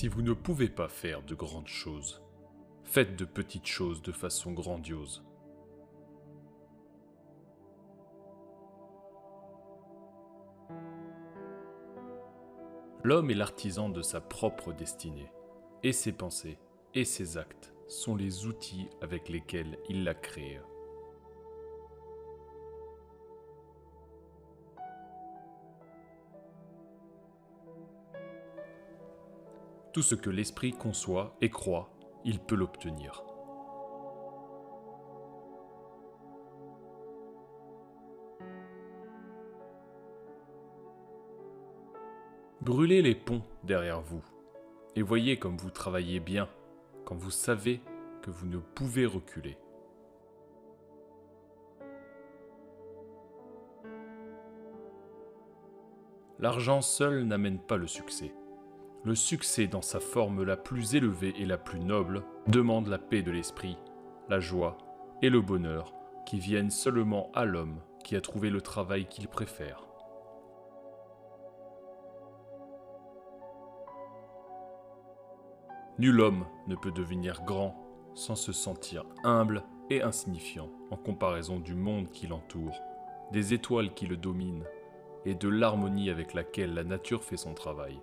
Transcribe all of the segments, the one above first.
Si vous ne pouvez pas faire de grandes choses, faites de petites choses de façon grandiose. L'homme est l'artisan de sa propre destinée, et ses pensées et ses actes sont les outils avec lesquels il la crée. Tout ce que l'esprit conçoit et croit, il peut l'obtenir. Brûlez les ponts derrière vous et voyez comme vous travaillez bien quand vous savez que vous ne pouvez reculer. L'argent seul n'amène pas le succès. Le succès dans sa forme la plus élevée et la plus noble demande la paix de l'esprit, la joie et le bonheur qui viennent seulement à l'homme qui a trouvé le travail qu'il préfère. Nul homme ne peut devenir grand sans se sentir humble et insignifiant en comparaison du monde qui l'entoure, des étoiles qui le dominent et de l'harmonie avec laquelle la nature fait son travail.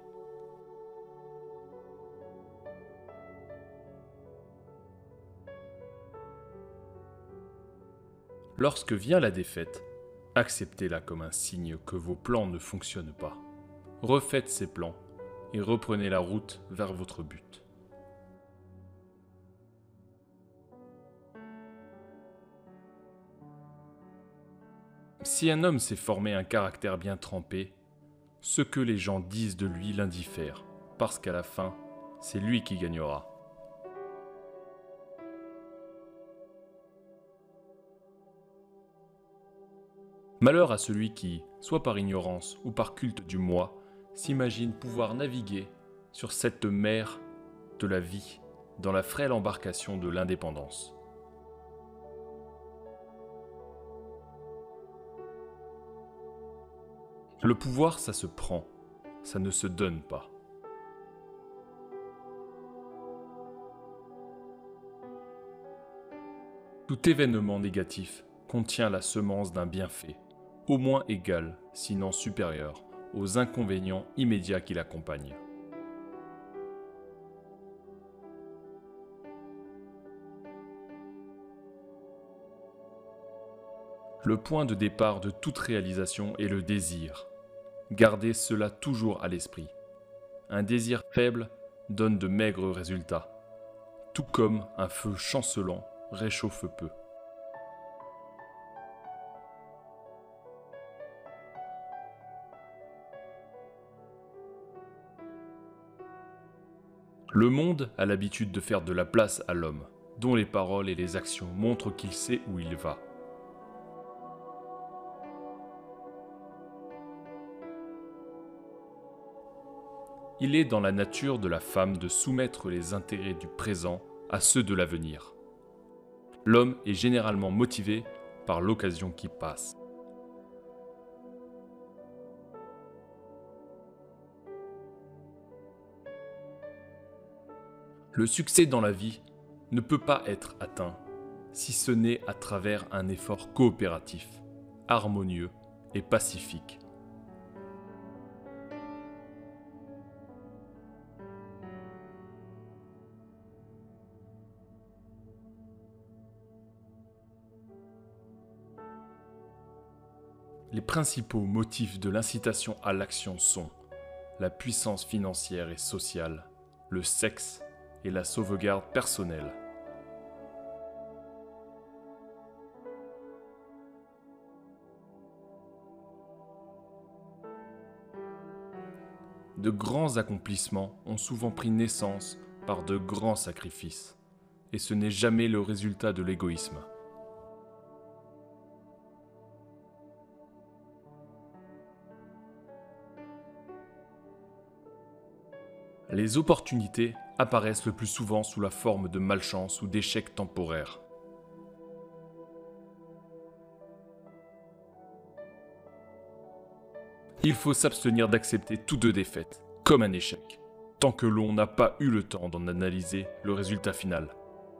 Lorsque vient la défaite, acceptez-la comme un signe que vos plans ne fonctionnent pas. Refaites ces plans et reprenez la route vers votre but. Si un homme s'est formé un caractère bien trempé, ce que les gens disent de lui l'indiffère, parce qu'à la fin, c'est lui qui gagnera. Malheur à celui qui, soit par ignorance ou par culte du moi, s'imagine pouvoir naviguer sur cette mer de la vie dans la frêle embarcation de l'indépendance. Le pouvoir, ça se prend, ça ne se donne pas. Tout événement négatif contient la semence d'un bienfait, au moins égal, sinon supérieur, aux inconvénients immédiats qui l'accompagnent. Le point de départ de toute réalisation est le désir. Gardez cela toujours à l'esprit. Un désir faible donne de maigres résultats, tout comme un feu chancelant réchauffe peu. Le monde a l'habitude de faire de la place à l'homme, dont les paroles et les actions montrent qu'il sait où il va. Il est dans la nature de la femme de soumettre les intérêts du présent à ceux de l'avenir. L'homme est généralement motivé par l'occasion qui passe. Le succès dans la vie ne peut pas être atteint si ce n'est à travers un effort coopératif, harmonieux et pacifique. Les principaux motifs de l'incitation à l'action sont la puissance financière et sociale, le sexe et la sauvegarde personnelle. De grands accomplissements ont souvent pris naissance par de grands sacrifices, et ce n'est jamais le résultat de l'égoïsme. Les opportunités apparaissent le plus souvent sous la forme de malchance ou d'échecs temporaires. Il faut s'abstenir d'accepter toutes deux défaites, comme un échec, tant que l'on n'a pas eu le temps d'en analyser le résultat final.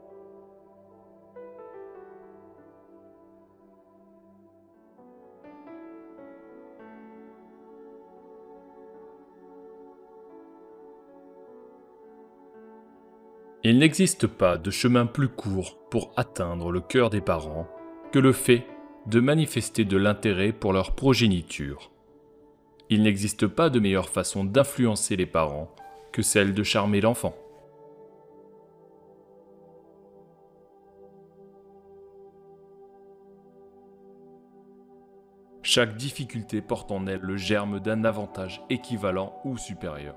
Il n'existe pas de chemin plus court pour atteindre le cœur des parents que le fait de manifester de l'intérêt pour leur progéniture. Il n'existe pas de meilleure façon d'influencer les parents que celle de charmer l'enfant. Chaque difficulté porte en elle le germe d'un avantage équivalent ou supérieur.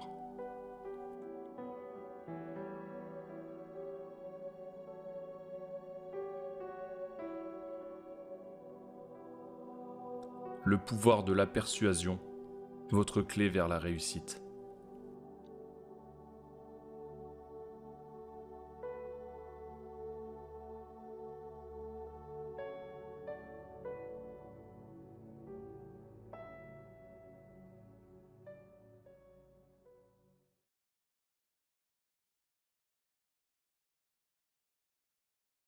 Le pouvoir de la persuasion, votre clé vers la réussite.